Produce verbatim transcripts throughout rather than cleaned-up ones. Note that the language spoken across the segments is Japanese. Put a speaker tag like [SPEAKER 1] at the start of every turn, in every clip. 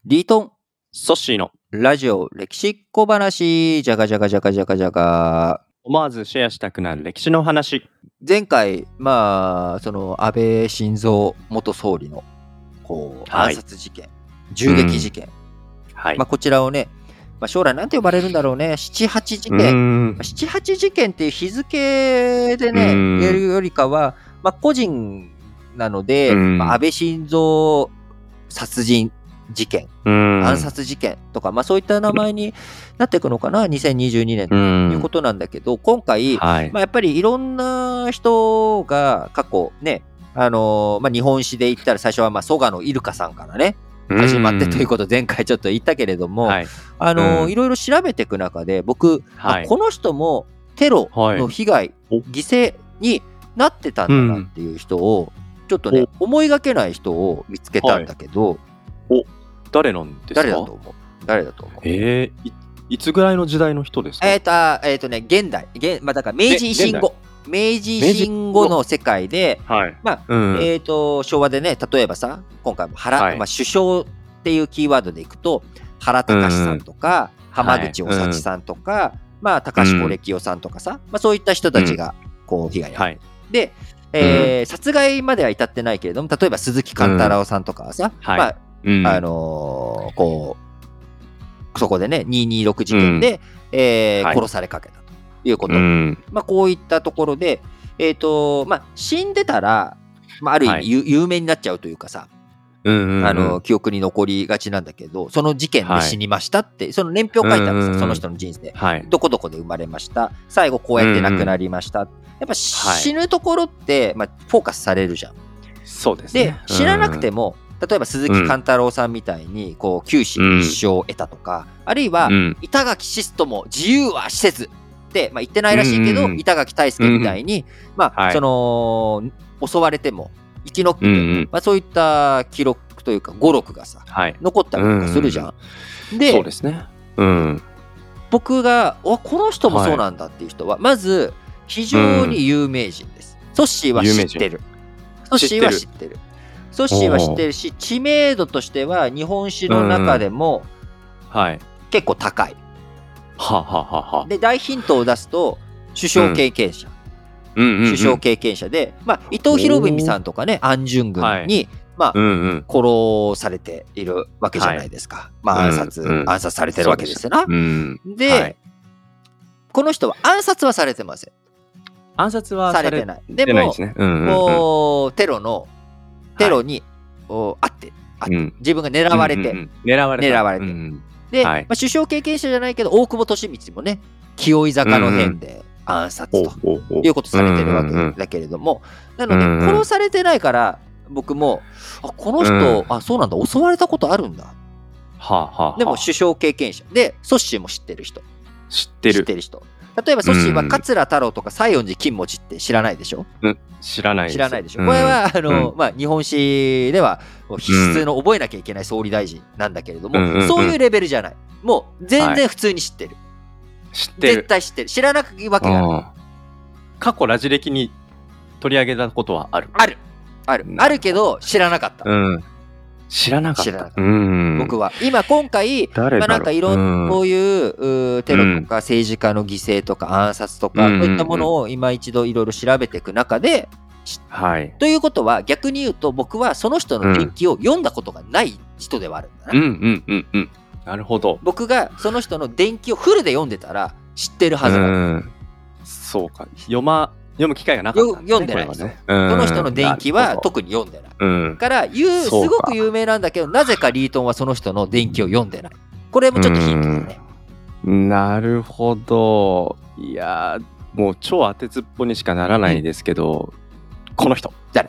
[SPEAKER 1] リートン
[SPEAKER 2] ソッシーの
[SPEAKER 1] ラジオ歴史小話じゃがじゃがじゃがじゃがじゃが。
[SPEAKER 2] 思わずシェアしたくなる歴史の話。
[SPEAKER 1] 前回まあその安倍晋三元総理のこう
[SPEAKER 2] はい
[SPEAKER 1] 暗殺事件、銃撃事件、
[SPEAKER 2] はい。
[SPEAKER 1] まあこちらをね、まあ、将来なんて呼ばれるんだろうね、ななはち事
[SPEAKER 2] うー
[SPEAKER 1] 件、
[SPEAKER 2] ん
[SPEAKER 1] まあななはち事件っていう日付で
[SPEAKER 2] う
[SPEAKER 1] ね
[SPEAKER 2] ん
[SPEAKER 1] やるよりかは、まあ、個人なので、
[SPEAKER 2] うん
[SPEAKER 1] まあ、安倍晋三殺人事件、
[SPEAKER 2] うーん
[SPEAKER 1] 暗殺事件とか、まあ、そういった名前になっていくのかな、にせんにじゅうにねん
[SPEAKER 2] う
[SPEAKER 1] と
[SPEAKER 2] ん
[SPEAKER 1] いうことなんだけど、今回、
[SPEAKER 2] はい。
[SPEAKER 1] まあ、やっぱりいろんな人が過去ね、あのーまあ、日本史で言ったら最初はまあ蘇我のイルカさんからね始まってということを前回ちょっと言ったけれども、
[SPEAKER 2] はい。
[SPEAKER 1] あのー
[SPEAKER 2] うん
[SPEAKER 1] いろいろ調べていく中で僕、
[SPEAKER 2] はい
[SPEAKER 1] あこの人もテロの被害、
[SPEAKER 2] お
[SPEAKER 1] 犠牲になってたんだなっていう人を、ちょっとね思いがけない人を見つけたんだけど、
[SPEAKER 2] 誰なんですか？
[SPEAKER 1] 誰だと思う誰だと思う
[SPEAKER 2] えー、いいつぐらいの時代の人ですか？
[SPEAKER 1] えっ、とあえーとね現代現、まあ、だから明治維新後明治維新後の世界で、
[SPEAKER 2] はい。
[SPEAKER 1] まあ
[SPEAKER 2] うん。
[SPEAKER 1] えー、と昭和でね、例えばさ今回も原、
[SPEAKER 2] はい
[SPEAKER 1] まあ、首相っていうキーワードでいくと原敬さんとか、
[SPEAKER 2] うん
[SPEAKER 1] 浜口おさちさんとか、まあ、高志小力夫さんとかさ、まあ、そういった人たちがこう被害に遭う、
[SPEAKER 2] はい。
[SPEAKER 1] で、えー殺害までは至ってないけれども、例えば鈴木貫太郎さんとかはさ、
[SPEAKER 2] はい
[SPEAKER 1] まあ
[SPEAKER 2] うん
[SPEAKER 1] あのーこうそこでねにひゃくにじゅうろく事件で、えー
[SPEAKER 2] はい
[SPEAKER 1] 殺されかけたということ、
[SPEAKER 2] うん
[SPEAKER 1] まあ、こういったところで、えーとまあ、死んでたら、まあ、ある意味、
[SPEAKER 2] はい
[SPEAKER 1] 有有名になっちゃうというかさ、
[SPEAKER 2] うんうんうん
[SPEAKER 1] あの記憶に残りがちなんだけど、その事件で死にましたって、その年表書いてあるんですよ、
[SPEAKER 2] うんうんうん
[SPEAKER 1] その人の人生、
[SPEAKER 2] はい。
[SPEAKER 1] どこどこで生まれました、最後こうやって亡くなりました、やっぱ死ぬところって、まあ、フォーカスされるじゃん。
[SPEAKER 2] そうです
[SPEAKER 1] で
[SPEAKER 2] ね。
[SPEAKER 1] 知らなくても、例えば鈴木貫太郎さんみたいにこう九死に一生を得たとか、あるいは
[SPEAKER 2] うん
[SPEAKER 1] 板垣シストも自由は施設って、まあ、言ってないらしいけど、
[SPEAKER 2] うんうんうん
[SPEAKER 1] 板垣退助みたいに、まあ
[SPEAKER 2] はい
[SPEAKER 1] その襲われても生き残っても、
[SPEAKER 2] うんうん
[SPEAKER 1] まあ、そういった記録というか語録がさ
[SPEAKER 2] はい。
[SPEAKER 1] 残ったりとかするじゃん。で
[SPEAKER 2] そうですね。うん。
[SPEAKER 1] 僕がおこの人もそうなんだっていう人は、まず非常に有名人です。ソッシーは知ってる。ソッシーは知ってる。ソッシーは知ってるし、知名度としては日本史の中でも
[SPEAKER 2] はい。
[SPEAKER 1] 結構高い。
[SPEAKER 2] はあはあはあはあ。
[SPEAKER 1] で大ヒントを出すと首相経験者、
[SPEAKER 2] うんうんうん
[SPEAKER 1] 首相経験者で、まあ、伊藤博文さんとかね安順軍に、まあ
[SPEAKER 2] うんうん。
[SPEAKER 1] 殺されているわけじゃないですか。まあ暗殺、
[SPEAKER 2] うんうん
[SPEAKER 1] 暗殺されてるわけですよな。
[SPEAKER 2] うん。
[SPEAKER 1] で、
[SPEAKER 2] はい
[SPEAKER 1] この人は暗殺はされてません。
[SPEAKER 2] 暗殺は
[SPEAKER 1] さ
[SPEAKER 2] され
[SPEAKER 1] れてない。でも
[SPEAKER 2] てないですね。うんうんうん。
[SPEAKER 1] こうテロのテロに、おあってあって
[SPEAKER 2] うん
[SPEAKER 1] 自分が狙われて、
[SPEAKER 2] うんうんうん狙われた
[SPEAKER 1] 狙われて
[SPEAKER 2] うん
[SPEAKER 1] で、
[SPEAKER 2] はい
[SPEAKER 1] まあ、首相経験者じゃないけど大久保利通もね清居坂の変で暗殺と
[SPEAKER 2] ほうほうほう
[SPEAKER 1] いうことされてるわけ
[SPEAKER 2] うんうんうん
[SPEAKER 1] だけれども、なので
[SPEAKER 2] うんうん
[SPEAKER 1] 殺されてないから僕もあこの人、
[SPEAKER 2] うん
[SPEAKER 1] あそうなんだ襲われたことあるんだ。
[SPEAKER 2] はあはあはあ
[SPEAKER 1] でも首相経験者でソッシーも知ってる人
[SPEAKER 2] 知ってる
[SPEAKER 1] 知ってる人例えばソッシーは
[SPEAKER 2] うん
[SPEAKER 1] 桂太郎とか西園寺金持ちって知らないでしょ。
[SPEAKER 2] 知らないです
[SPEAKER 1] 知らないでしょ、
[SPEAKER 2] うん
[SPEAKER 1] これはあの、
[SPEAKER 2] うん
[SPEAKER 1] まあ、日本史では必須の覚えなきゃいけない総理大臣なんだけれども、
[SPEAKER 2] うんうんうん
[SPEAKER 1] そういうレベルじゃない。もう全然普通に知ってる、
[SPEAKER 2] 知ってる
[SPEAKER 1] 絶対知ってる。知らなくわけがない。
[SPEAKER 2] うん過去ラジ歴に取り上げたことはある
[SPEAKER 1] あるある
[SPEAKER 2] な
[SPEAKER 1] あるけど知らなかった、
[SPEAKER 2] うん知らなかった
[SPEAKER 1] 知らなかった
[SPEAKER 2] うん
[SPEAKER 1] 僕は今今回
[SPEAKER 2] 誰だろう
[SPEAKER 1] まあ、なんかいろん
[SPEAKER 2] うん
[SPEAKER 1] こういううーテロとか政治家の犠牲とか暗殺とか、
[SPEAKER 2] うん
[SPEAKER 1] そういったものを今一度いろいろ調べていく中で、
[SPEAKER 2] はい
[SPEAKER 1] ということは逆に言うと僕はその人の伝記を読んだことがない人ではあるんだな、
[SPEAKER 2] うんうんうんうんなるほど
[SPEAKER 1] 僕がその人の伝記をフルで読んでたら知ってるはずなの、
[SPEAKER 2] うんそうか読ま読む機会がなかったんですね
[SPEAKER 1] よ読んでない
[SPEAKER 2] これはねうん
[SPEAKER 1] その人の伝記は
[SPEAKER 2] なるほど
[SPEAKER 1] 特に読んでない
[SPEAKER 2] うん
[SPEAKER 1] から言うす
[SPEAKER 2] そうか
[SPEAKER 1] ごく有名なんだけどなぜかリートンはその人の伝記を読んでない。これもちょっとヒントだね。
[SPEAKER 2] なるほどいやーもう超当てずっぽにしかならないですけど、この人
[SPEAKER 1] 誰？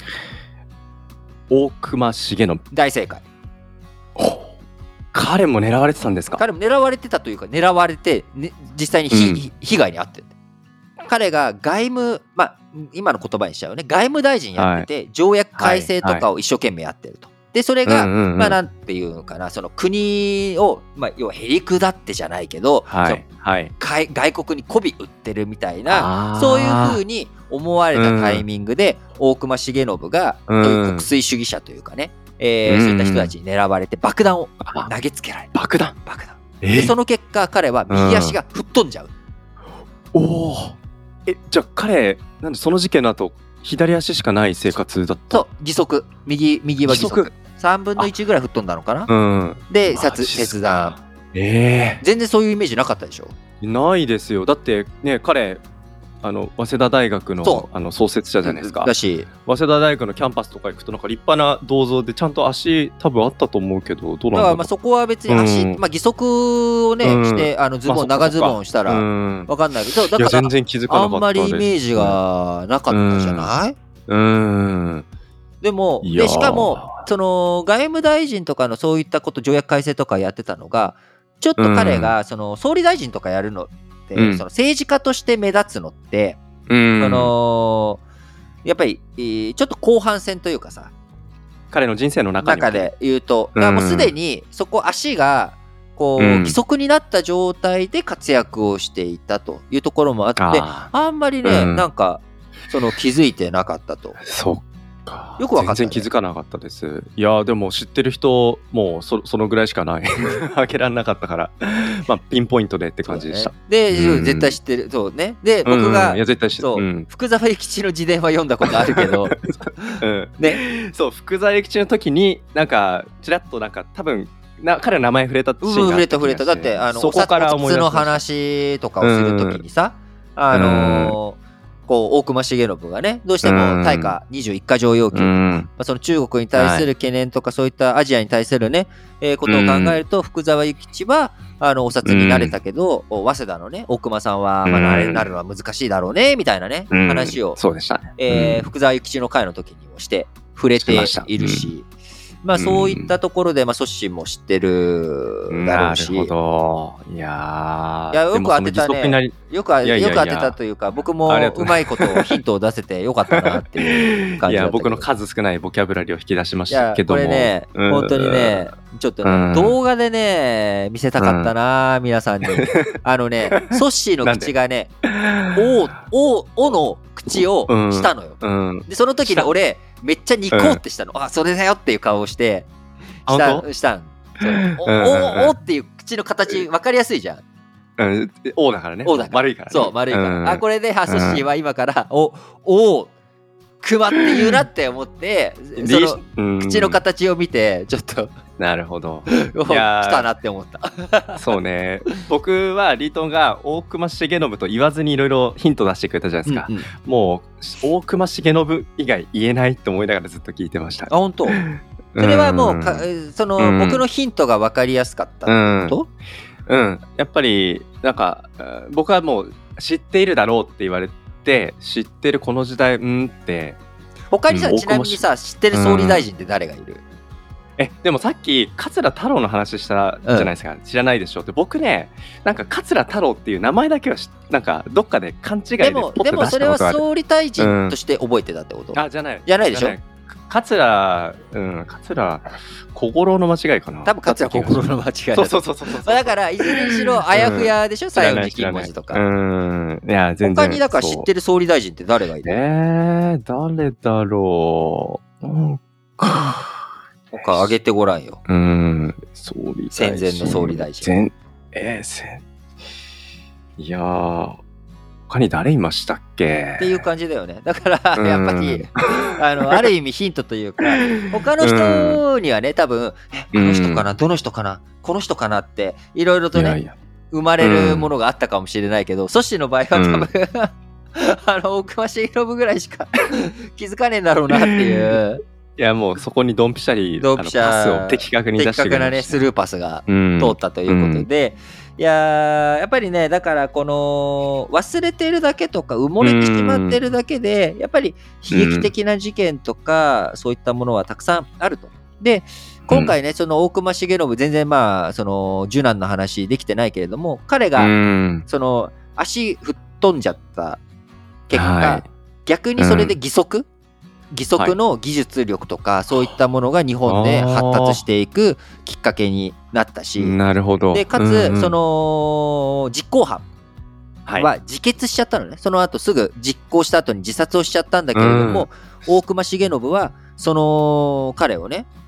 [SPEAKER 2] 大隈重信
[SPEAKER 1] 大正解。
[SPEAKER 2] 彼も狙われてたんですか？
[SPEAKER 1] 彼も狙われてたというか狙われて、ね、実際にひ、
[SPEAKER 2] うん
[SPEAKER 1] 被害に遭ってる。彼が外務、まあ今の言葉にしちゃうね、外務大臣やってて、条約改正とかを一生懸命やってると。でそれが、
[SPEAKER 2] うんうんうん
[SPEAKER 1] まあなんていうのかな、その国を、まあ、要はへりくだってじゃないけど、その
[SPEAKER 2] はいはい
[SPEAKER 1] 外外国に媚び売ってるみたいな
[SPEAKER 2] あー
[SPEAKER 1] そういう風に思われたタイミングで、大隈重信が、
[SPEAKER 2] うん
[SPEAKER 1] そういう国粋主義者というかね、 えー
[SPEAKER 2] うん
[SPEAKER 1] そういった人たちに狙われて爆弾を
[SPEAKER 2] あ
[SPEAKER 1] 投げつけられる。
[SPEAKER 2] 爆弾。
[SPEAKER 1] 爆弾
[SPEAKER 2] え
[SPEAKER 1] でその結果彼は右足が吹っ飛んじゃう。
[SPEAKER 2] おお。え、じゃあ彼、なんでその事件の後、左足しかない生活だった
[SPEAKER 1] そう義足右右は義足
[SPEAKER 2] 義足
[SPEAKER 1] さんぶんのいちぐらい吹っ飛んだのかな。
[SPEAKER 2] うん。
[SPEAKER 1] で
[SPEAKER 2] マ
[SPEAKER 1] 切
[SPEAKER 2] ジっす
[SPEAKER 1] 切断。
[SPEAKER 2] え
[SPEAKER 1] 全然そういうイメージなかったでしょ。
[SPEAKER 2] えないですよ。だってね、彼、あの早稲田大学
[SPEAKER 1] そ
[SPEAKER 2] のあの創設者じゃないですか。
[SPEAKER 1] だし
[SPEAKER 2] 早稲田大学のキャンパスとか行くとなんか立派な銅像でちゃんと足多分あったと思うけど、どうなんだろう。
[SPEAKER 1] だからまあそこは別に足、
[SPEAKER 2] うん
[SPEAKER 1] まあ義足をね、
[SPEAKER 2] うん
[SPEAKER 1] してあのズボン、
[SPEAKER 2] まあそっか
[SPEAKER 1] 長ズボンしたら
[SPEAKER 2] うん
[SPEAKER 1] わかんないけど、だ
[SPEAKER 2] いや
[SPEAKER 1] から
[SPEAKER 2] 全然気づか
[SPEAKER 1] あん
[SPEAKER 2] なかったです。
[SPEAKER 1] まりイメージがなかったじゃない。
[SPEAKER 2] うん。
[SPEAKER 1] でも
[SPEAKER 2] いやー
[SPEAKER 1] でしかもその外務大臣とかのそういったこと条約改正とかやってたのが、ちょっと彼がその総理大臣とかやるのって、
[SPEAKER 2] うん
[SPEAKER 1] その政治家として目立つのって、
[SPEAKER 2] うん。
[SPEAKER 1] そのやっぱりえーちょっと後半戦というかさ、
[SPEAKER 2] 彼の人生の中に
[SPEAKER 1] 中で言うと、だからもうすでにそこ足がこう、
[SPEAKER 2] うん
[SPEAKER 1] 義足になった状態で活躍をしていたというところもあって、あ
[SPEAKER 2] あ
[SPEAKER 1] んまりね、
[SPEAKER 2] うん
[SPEAKER 1] なんかその気づいてなかったと。
[SPEAKER 2] ーそっか。
[SPEAKER 1] よくわかったね
[SPEAKER 2] 全然気づかなかったです。いやーでも知ってる人もう そ, そのぐらいしかない。開けられなかったから、まあピンポイントでって感じでした。
[SPEAKER 1] で、
[SPEAKER 2] うん
[SPEAKER 1] 絶対知ってる。そうね。で、
[SPEAKER 2] うん
[SPEAKER 1] 僕が、
[SPEAKER 2] いや絶対知って
[SPEAKER 1] そう、
[SPEAKER 2] うん
[SPEAKER 1] 福沢諭吉の自伝は読んだことあるけど、
[SPEAKER 2] うん
[SPEAKER 1] ね、
[SPEAKER 2] そう福沢諭吉の時になんかちらっとなんか多分な彼の名前触れたシ
[SPEAKER 1] うん、
[SPEAKER 2] ーンがあ
[SPEAKER 1] 触れた触れた。
[SPEAKER 2] った気がして
[SPEAKER 1] だって、あの、
[SPEAKER 2] そこから思い出し
[SPEAKER 1] の
[SPEAKER 2] ました。
[SPEAKER 1] 話とかをするときにさ、あのーこう大隈重信がね、どうしても大化にじゅういっか条要求、
[SPEAKER 2] うん
[SPEAKER 1] まあ、その中国に対する懸念とか、そういったアジアに対するね、えーことを考えると、福沢諭吉はあのお札になれたけど、早稲田のね大隈さんは、まあ、なれなるのは難しいだろうねみたいなね、
[SPEAKER 2] うん
[SPEAKER 1] 話を、
[SPEAKER 2] そうでしたね。
[SPEAKER 1] えー
[SPEAKER 2] うん
[SPEAKER 1] 福沢諭吉の会の時にもして触れているし、まあそういったところで、まあ、ソッシーも知ってるだろうし、
[SPEAKER 2] なるほど。いやー
[SPEAKER 1] いやよく当てたね
[SPEAKER 2] でもその義足になり
[SPEAKER 1] よくあ
[SPEAKER 2] いやいやいや
[SPEAKER 1] よく当てたというか、僕も
[SPEAKER 2] ありがとう
[SPEAKER 1] うまいことをヒントを出せてよかったなっていう感じだったけど。
[SPEAKER 2] いや僕の数少ないボキャブラリーを引き出しまし
[SPEAKER 1] いや
[SPEAKER 2] たけども、
[SPEAKER 1] これね、
[SPEAKER 2] うん
[SPEAKER 1] 本当にね、ちょっとね、
[SPEAKER 2] うん
[SPEAKER 1] 動画でね、見せたかったな、皆さんに。あのね、ソッシーの口がね、おおおの口をしたのよ。
[SPEAKER 2] うん、
[SPEAKER 1] で、その時に俺、めっちゃニコってしたの。あ、それだよっていう顔をして、し
[SPEAKER 2] あ本
[SPEAKER 1] た、したん。そうお
[SPEAKER 2] うんうんうん
[SPEAKER 1] おおっていう口の形、わかりやすいじゃん。
[SPEAKER 2] うん、O だからね。
[SPEAKER 1] おだから
[SPEAKER 2] 悪いからね。
[SPEAKER 1] そう、丸いから。
[SPEAKER 2] うん
[SPEAKER 1] あ、これで、ハソッシーは今から、お、お、熊って言うなって思って、その、
[SPEAKER 2] うん
[SPEAKER 1] 口の形を見て、ちょっと、
[SPEAKER 2] なるほど。
[SPEAKER 1] お来
[SPEAKER 2] やー
[SPEAKER 1] たなって思った。
[SPEAKER 2] そうね。僕はリートンが大隈重信と言わずにいろいろヒント出してくれたじゃないですか。
[SPEAKER 1] うんうん
[SPEAKER 2] もう大隈重信以外言えないと思いながらずっと聞いてました。
[SPEAKER 1] あ、本当。それはもうか、
[SPEAKER 2] ん
[SPEAKER 1] その、
[SPEAKER 2] うん
[SPEAKER 1] 僕のヒントが分かりやすかったってこと、
[SPEAKER 2] うん、やっぱりなんかあ僕はもう知っているだろうって言われて、知ってるこの時代うんって
[SPEAKER 1] 他にさ、
[SPEAKER 2] うん
[SPEAKER 1] ちなみにさ、知ってる総理大臣って誰がいる？
[SPEAKER 2] えでもさっき桂太郎の話したじゃないですか、知らないでしょって。僕ねなんか桂太郎っていう名前だけはしなんかどっかで勘違いで
[SPEAKER 1] でも、
[SPEAKER 2] ポッと出
[SPEAKER 1] でもそれは
[SPEAKER 2] したことがある。
[SPEAKER 1] 総理大臣として覚えてたってこと？
[SPEAKER 2] あじゃない
[SPEAKER 1] じゃないでしょ？
[SPEAKER 2] 桂うん桂小五郎の間違いかな。
[SPEAKER 1] 多分桂小五郎の間違いだ
[SPEAKER 2] そう
[SPEAKER 1] と
[SPEAKER 2] そうそうそうそう
[SPEAKER 1] まあだからいずれにしろあやふやでしょ、最後に金文字とか。
[SPEAKER 2] うんいや全然
[SPEAKER 1] 他にだから知ってる総理大臣って誰がいる？
[SPEAKER 2] えー、誰だろう。うん、
[SPEAKER 1] 他あげてごらんよ。
[SPEAKER 2] うん総理大臣。
[SPEAKER 1] 戦前の総理大臣。
[SPEAKER 2] 前えー、せいやー、他に誰いましたっけ
[SPEAKER 1] っていう感じだよね。だから
[SPEAKER 2] うん
[SPEAKER 1] やっぱりあのある意味ヒントというか、他の人にはね多分えこの人かな、どの人かな、この人かなっていろいろとね
[SPEAKER 2] いやいや
[SPEAKER 1] 生まれるものがあったかもしれないけど、ソッシーの場合は多分、あの大隈重信ぐらいしか気づかねえんだろうなっていう
[SPEAKER 2] いやもうそこにドンピシャリ
[SPEAKER 1] ドンピシャ
[SPEAKER 2] あのパスを的確に出
[SPEAKER 1] 的
[SPEAKER 2] してくれました
[SPEAKER 1] 確なねスルーパスが
[SPEAKER 2] うん
[SPEAKER 1] 通ったということで、いやーやっぱりね、だからこの忘れてるだけとか埋もれてしまってるだけで、やっぱり悲劇的な事件とか、そういったものはたくさんあると。で今回ね、その大隈重信全然まあその受難の話できてないけれども、彼
[SPEAKER 2] う
[SPEAKER 1] が
[SPEAKER 2] ん
[SPEAKER 1] その足吹っ飛んじゃった結果、
[SPEAKER 2] はい
[SPEAKER 1] 逆にそれで義足、義足の技術力とか、そういったものが日本で発達していくきっかけになったし、
[SPEAKER 2] なるほど。
[SPEAKER 1] でかつ、
[SPEAKER 2] うんうん
[SPEAKER 1] その実行犯
[SPEAKER 2] はい
[SPEAKER 1] は自決しちゃったのね。その後すぐ実行した後に自殺をしちゃったんだけれども、大隈重信はその彼をね、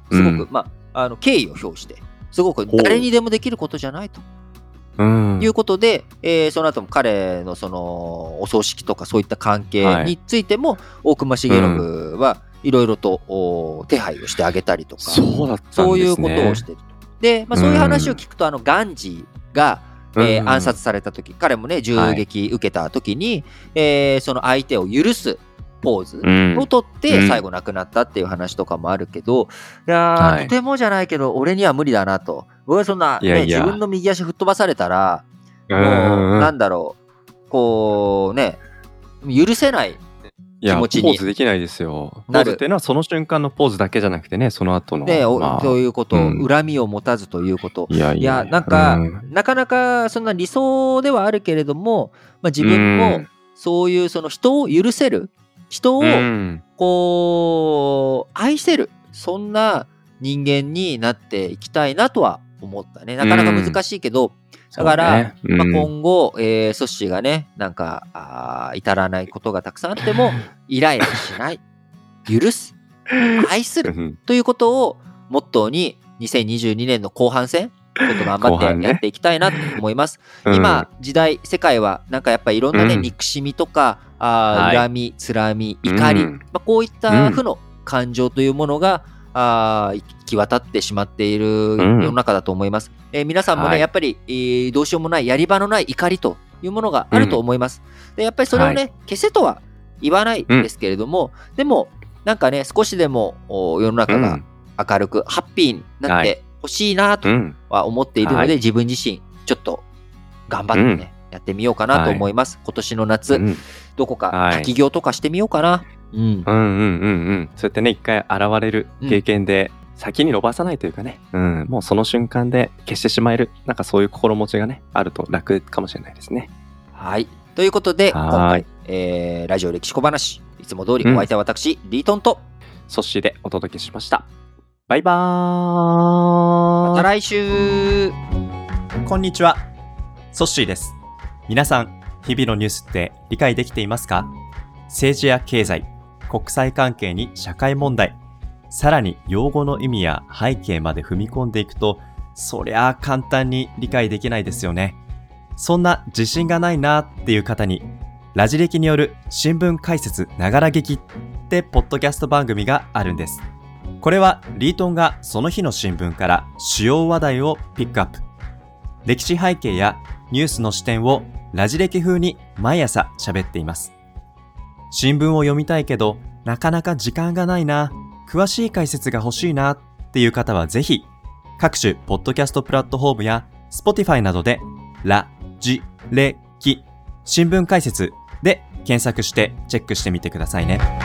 [SPEAKER 1] すごく、
[SPEAKER 2] うん
[SPEAKER 1] まあ、あの敬意を表して、すごく誰にでもできることじゃないと
[SPEAKER 2] うん
[SPEAKER 1] いうことで、えーその後も彼のそのお葬式とかそういった関係についても、大隈重信はいろいろとお手配をしてあげたりとか、
[SPEAKER 2] そうだったんですね。
[SPEAKER 1] そういうことをしてると。で、まあ、そういう話を聞くと、あのガンジーが、えー
[SPEAKER 2] うん
[SPEAKER 1] 暗殺された時、彼もね銃撃受けた時に、えーその相手を許すポーズ
[SPEAKER 2] うん
[SPEAKER 1] を取って
[SPEAKER 2] うん
[SPEAKER 1] 最後亡くなったっていう話とかもあるけど、いやー、
[SPEAKER 2] はい
[SPEAKER 1] とてもじゃないけど俺には無理だなと。僕はそんな、ね、
[SPEAKER 2] いやいや
[SPEAKER 1] 自分の右足吹っ飛ばされたら
[SPEAKER 2] うん
[SPEAKER 1] もう、
[SPEAKER 2] うんうん
[SPEAKER 1] なんだろう、こうね、許せない。
[SPEAKER 2] いや
[SPEAKER 1] 気持ちに
[SPEAKER 2] ポーズできないですよ。ポ
[SPEAKER 1] なる
[SPEAKER 2] ーズっていうのはその瞬間のポーズだけじゃなくてね、その後の。
[SPEAKER 1] ね、お
[SPEAKER 2] まあ
[SPEAKER 1] そういうこと、
[SPEAKER 2] うん
[SPEAKER 1] 恨みを持たずということ。
[SPEAKER 2] いやい
[SPEAKER 1] いや、
[SPEAKER 2] や
[SPEAKER 1] なんか、
[SPEAKER 2] うん
[SPEAKER 1] なかなかそんな理想ではあるけれども、まあ、自分も
[SPEAKER 2] うん
[SPEAKER 1] そういうその人を許せる、人を
[SPEAKER 2] うん
[SPEAKER 1] こう愛せる、そんな人間になっていきたいなとは思ったね。なかなか難しいけど、だから、
[SPEAKER 2] そうねうん
[SPEAKER 1] まあ、今後、えー、ソッシーがね、なんかあー至らないことがたくさんあってもイライラしない、許す、愛する
[SPEAKER 2] うん
[SPEAKER 1] ということをモットーににせんにじゅうにねんの後半戦ちょっと頑張って
[SPEAKER 2] 後半ね
[SPEAKER 1] やっていきたいなと思います。
[SPEAKER 2] うん
[SPEAKER 1] 今時代世界はなんかやっぱりいろんなね、
[SPEAKER 2] うん
[SPEAKER 1] 憎しみとかあー、
[SPEAKER 2] はい
[SPEAKER 1] 恨みつらみ怒り、
[SPEAKER 2] うん
[SPEAKER 1] まあ、こういった負の感情というものが、あー行き渡ってしまっている世の中だと思います。えー皆さんもね、
[SPEAKER 2] はい
[SPEAKER 1] やっぱり、えーどうしようもないやり場のない怒りというものがあると思います。でやっぱりそれをね、
[SPEAKER 2] は
[SPEAKER 1] 消せとは言わないですけれども、でもなんかね少しでもお世の中が明るくハッピーになってほしいなと
[SPEAKER 2] うん
[SPEAKER 1] は思っているので、
[SPEAKER 2] はい
[SPEAKER 1] 自分自身ちょっと頑張ってね、やってみようかなと思います。今年の夏、
[SPEAKER 2] うん
[SPEAKER 1] どこか
[SPEAKER 2] はい
[SPEAKER 1] 滝行とかしてみようかな。うん
[SPEAKER 2] うんうんうんうんそうやってね一回現れる経験で、先に伸ばさないというかね、うん、もうその瞬間で消してしまえる、なんかそういう心持ちがねあると楽かもしれないですね。
[SPEAKER 1] はい。ということで、
[SPEAKER 2] はい
[SPEAKER 1] 今回、えーラジオ歴史小話、いつも通りお相手は私、リートンと、
[SPEAKER 2] ソッシーでお届けしました。バイバーイ。
[SPEAKER 1] また来週。
[SPEAKER 3] こんにちは、ソッシーです。皆さん、日々のニュースって理解できていますか？政治や経済、国際関係に社会問題、さらに用語の意味や背景まで踏み込んでいくと、そりゃあ簡単に理解できないですよね。そんな自信がないなっていう方に、ラジ歴による新聞解説ながら劇ってポッドキャスト番組があるんです。これはリートンがその日の新聞から主要話題をピックアップ。歴史背景やニュースの視点をラジ歴風に毎朝喋っています。新聞を読みたいけどなかなか時間がないな、詳しい解説が欲しいなっていう方はぜひ各種ポッドキャストプラットフォームや Spotify などでラジレキ新聞解説で検索してチェックしてみてくださいね。